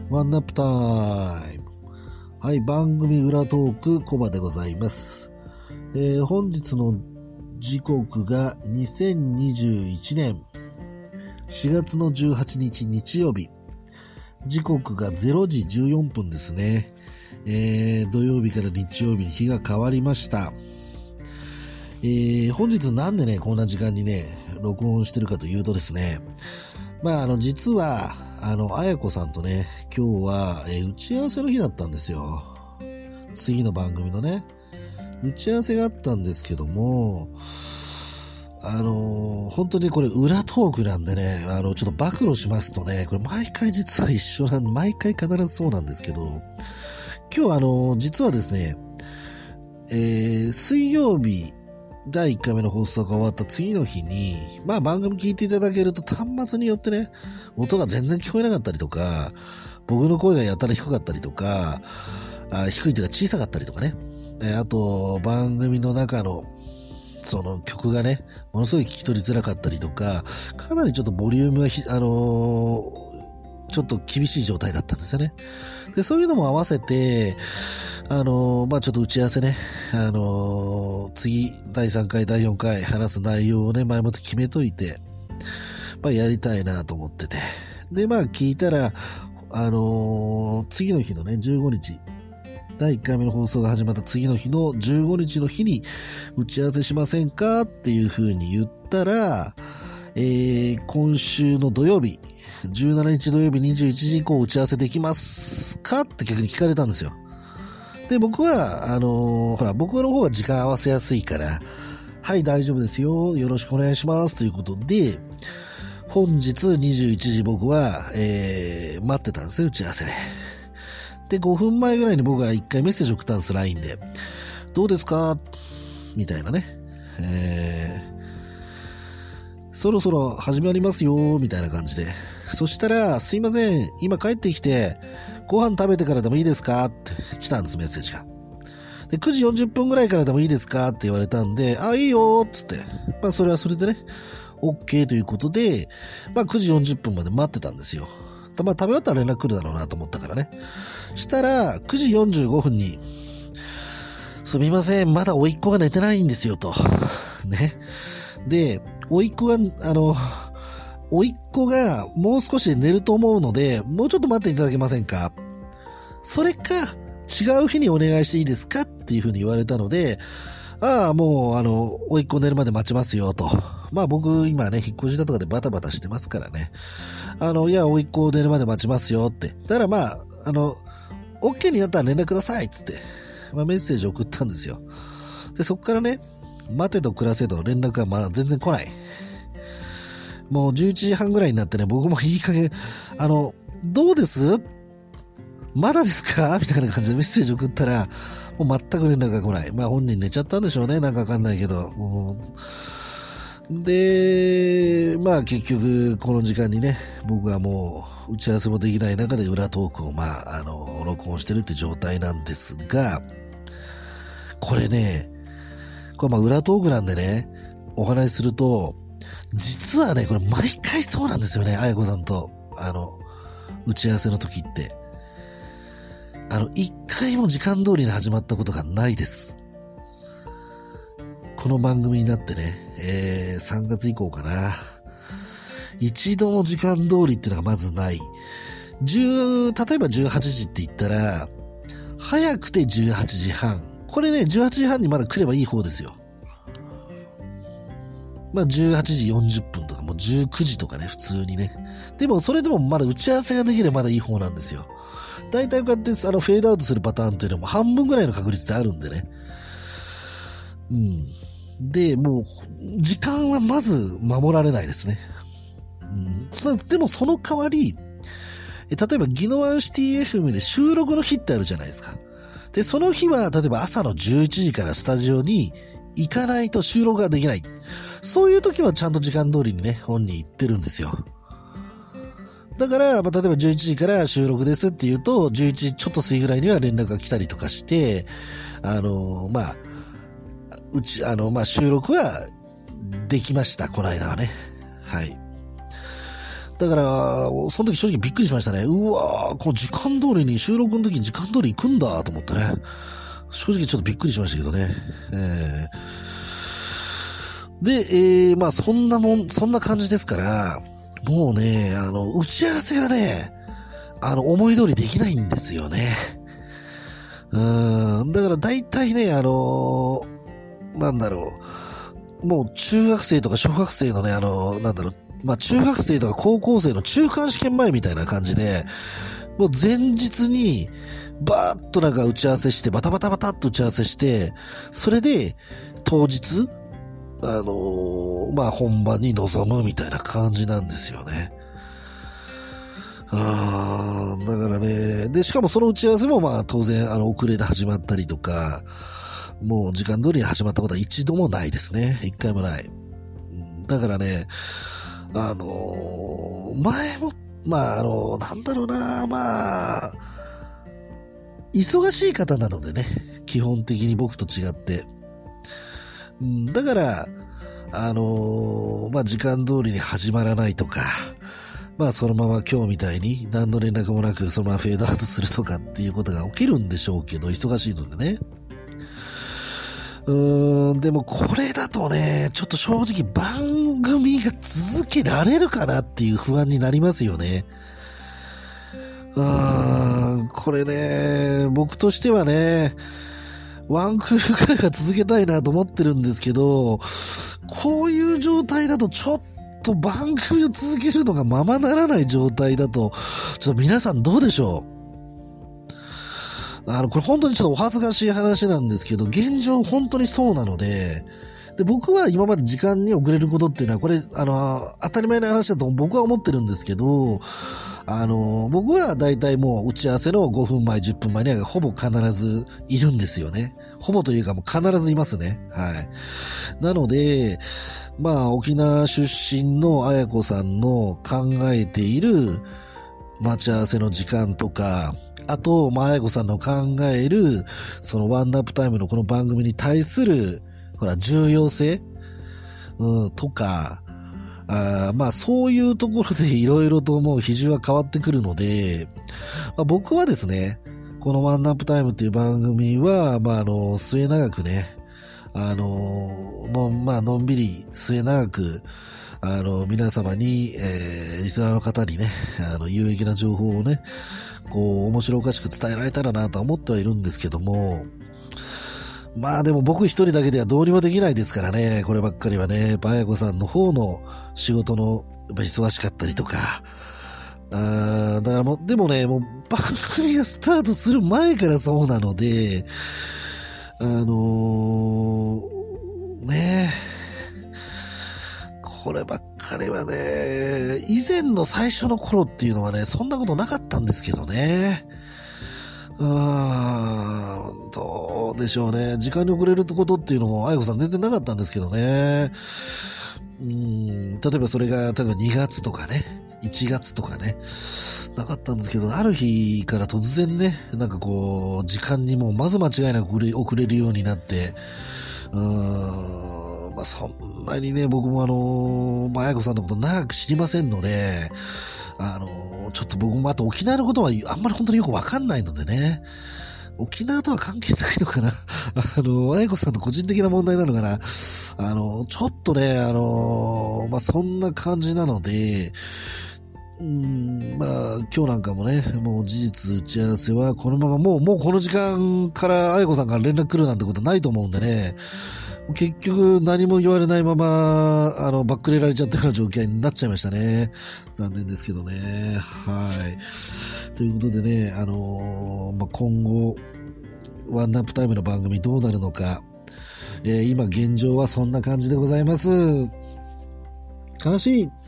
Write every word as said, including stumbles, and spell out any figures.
ワンナップタイム。はい、番組裏トークコバでございます。えー、本日の時刻がにせんにじゅういちねんしがつのじゅうはちにち日曜日。時刻がれいじじゅうよんぷんですね。えー、土曜日から日曜日に日が変わりました。えー、本日なんでね、こんな時間にね、録音してるかというとですね、まあ、あの、実は、あの、あやこさんとね、今日は、えー、打ち合わせの日だったんですよ。次の番組のね、打ち合わせがあったんですけども、あのー、本当にこれ裏トークなんでね、あの、ちょっと暴露しますとね、これ毎回実は一緒なん、毎回必ずそうなんですけど、今日あのー、実はですね、えー、水曜日、だいいっかいめの放送が終わった次の日に、まあ番組聞いていただけると端末によってね、音が全然聞こえなかったりとか、僕の声がやたら低かったりとか、あ低いというか小さかったりとかね。あと、番組の中の、その曲がね、ものすごい聞き取りづらかったりとか、かなりちょっとボリュームがひ、あのー、ちょっと厳しい状態だったんですよね。で、そういうのも合わせて、あのー、まあ、ちょっと打ち合わせね、あのー、次、だいさんかい、だいよんかい話す内容をね、前もって決めといて、まあ、やりたいなと思ってて。で、まあ、聞いたら、あのー、次の日のね、じゅうごにち、だいいっかいめの放送が始まった次の日のじゅうごにちの日に打ち合わせしませんかっていう風に言ったら、えー、今週の土曜日、じゅうしちにち土曜日にじゅういちじ以降打ち合わせできますかって逆に聞かれたんですよ。で、僕は、あのー、ほら、僕の方が時間合わせやすいから、はい、大丈夫ですよ。よろしくお願いします。ということで、本日にじゅういちじ僕は、えー、待ってたんですよ、打ち合わせで。で、ごふんまえぐらいに僕が一回メッセージ送ったんです、ライン で。どうですかみたいなね。えー、そろそろ始まりますよ、みたいな感じで。そしたら、すいません、今帰ってきて、ご飯食べてからでもいいですかって来たんです、メッセージが。で、くじよんじゅっぷんぐらいからでもいいですかって言われたんで、あ、いいよーつって。まあ、それはそれでね、OK ということで、まあ、くじよんじゅっぷんまで待ってたんですよ。まあ、食べ終わったら連絡来るだろうなと思ったからね。したら、くじよんじゅうごふんに、すみません、まだ甥っ子が寝てないんですよ、と。ね。で、甥っ子が、あの、甥っ子がもう少しで寝ると思うので、もうちょっと待っていただけませんか？それか、違う日にお願いしていいですかっていうふうに言われたので、ああ、もう、あの、甥っ子寝るまで待ちますよ、と。まあ僕、今ね、引っ越しだとかでバタバタしてますからね。あの、いや、甥っ子寝るまで待ちますよって。だからまあ、あの、OK になったら連絡くださいっつって、まあメッセージ送ったんですよ。で、そっからね、待てと暮らせと連絡がまあ全然来ない。もうじゅういちじはんぐらいになってね、僕もいい加減、あの、どうですまだですかみたいな感じでメッセージ送ったら、もう全く連絡が来ない。まあ本人寝ちゃったんでしょうね。なんかわかんないけど。もうで、まあ結局この時間にね、僕はもう打ち合わせもできない中で裏トークをまあ、あの、録音してるって状態なんですが、これね、これまあ裏トークなんでね、お話しすると、実はね、これ毎回そうなんですよね。あやこさんと、あの、打ち合わせの時って。あの、一回も時間通りに始まったことがないです。この番組になってね、えー、さんがつ以降かな。一度も時間通りっていうのがまずない。じゅう、例えばじゅうはちじって言ったら、早くてじゅうはちじはん。これね、じゅうはちじはんにまだ来ればいい方ですよ。まあ、じゅうはちじよんじゅっぷんとかもうじゅうくじとかね、普通にね。でも、それでもまだ打ち合わせができればまだいい方なんですよ。だいたいこうやって、あの、フェードアウトするパターンっていうのも半分ぐらいの確率であるんでね。うん。で、もう、時間はまず守られないですね。うん。そでも、その代わり、え例えば、ギノワンシティ エフエム で収録の日ってあるじゃないですか。で、その日は、例えば朝のじゅういちじからスタジオに行かないと収録ができない。そういう時はちゃんと時間通りにね、本人行ってるんですよ。だから、まあ、例えばじゅういちじから収録ですって言うと、じゅういちじちょっと過ぎぐらいには連絡が来たりとかして、あのー、まあ、うち、あの、まあ、収録はできました、この間はね。はい。 だから、その時正直びっくりしましたね。うわー、この時間通りに、収録の時時間通り行くんだと思ってね。正直ちょっとびっくりしましたけどね。えー、で、えー、まあそんなもん、そんな感じですから、もうね、あの、打ち合わせがね、あの、思い通りできないんですよね。うーん、だから大体ね、あのー、なんだろう、もう中学生とか小学生のね、あのー、なんだろう、まあ中学生とか高校生の中間試験前みたいな感じで、もう前日に、バーッとなんか打ち合わせして、バタバタバタっと打ち合わせして、それで、当日、あのー、まあ本番に臨むみたいな感じなんですよね。あー、だからね、で、しかもその打ち合わせもまあ当然あの遅れで始まったりとか、もう時間通りに始まったことは一度もないですね。一回もない。だからね、あのー、前も、まああのー、なんだろうな、まあ、忙しい方なのでね、基本的に僕と違って。うん、だから、あのー、まあ時間通りに始まらないとか、まあそのまま今日みたいに何の連絡もなくそのままフェードアウトするとかっていうことが起きるんでしょうけど、忙しいのでね。うーん、でもこれだとね、ちょっと正直番組が続けられるかなっていう不安になりますよね。うーん、これね、僕としてはね、ワンクールくらいは続けたいなと思ってるんですけど、こういう状態だとちょっと番組を続けるのがままならない状態だと、ちょっと皆さんどうでしょう？あの、これ本当にちょっとお恥ずかしい話なんですけど、現状本当にそうなので、で、僕は今まで時間に遅れることっていうのは、これ、あの、当たり前の話だと僕は思ってるんですけど、あの、僕はだいたいもう打ち合わせのごふんまえ、じゅっぷんまえにはほぼ必ずいるんですよね。ほぼというかもう必ずいますね。はい。なので、まあ、沖縄出身のあやこさんの考えている待ち合わせの時間とか、あと、まあ、あやこさんの考える、そのワンナップタイムのこの番組に対する、ほら、重要性、うん、とか、あまあ、そういうところでいろいろともう比重は変わってくるので、まあ、僕はですね、このワンナップタイムっていう番組は、まあ、あの、末永くね、あの、の、まあ、のんびり末永く、あの、皆様に、えー、リスナーの方にね、あの、有益な情報をね、こう、面白おかしく伝えられたらなとは思ってはいるんですけども、まあでも僕一人だけではどうにもできないですからね、こればっかりはね、バヤコさんの方の仕事の、やっぱ忙しかったりとか、あだからもう、でもね、もう番組がスタートする前からそうなので、あのー、ねこればっかりはね、以前の最初の頃っていうのはね、そんなことなかったんですけどね。うーん、どうでしょうね。時間に遅れるってことっていうのも、あやこさん全然なかったんですけどね。うーん、例えばそれが、例えばにがつとかね、いちがつとかね、なかったんですけど、ある日から突然ね、なんかこう、時間にもうまず間違いなく遅れ、遅れるようになって、うーん、まあそんなにね、僕もあの、まあ、あやこさんのこと長く知りませんので、あの、ちょっと僕もあと沖縄のことはあんまり本当によくわかんないのでね。沖縄とは関係ないのかなあの、あやこさんの個人的な問題なのかなあの、ちょっとね、あの、まあ、そんな感じなので、うーん、まあ、今日なんかもね、もう事実打ち合わせはこのままもう、もうこの時間からあやこさんから連絡来るなんてことないと思うんでね、結局何も言われないまま、あの、バックレられちゃったような状況になっちゃいましたね。残念ですけどね。はい。ということでね、あのー、まあ、今後、ワンナップタイムの番組どうなるのか、えー、今現状はそんな感じでございます。悲しい。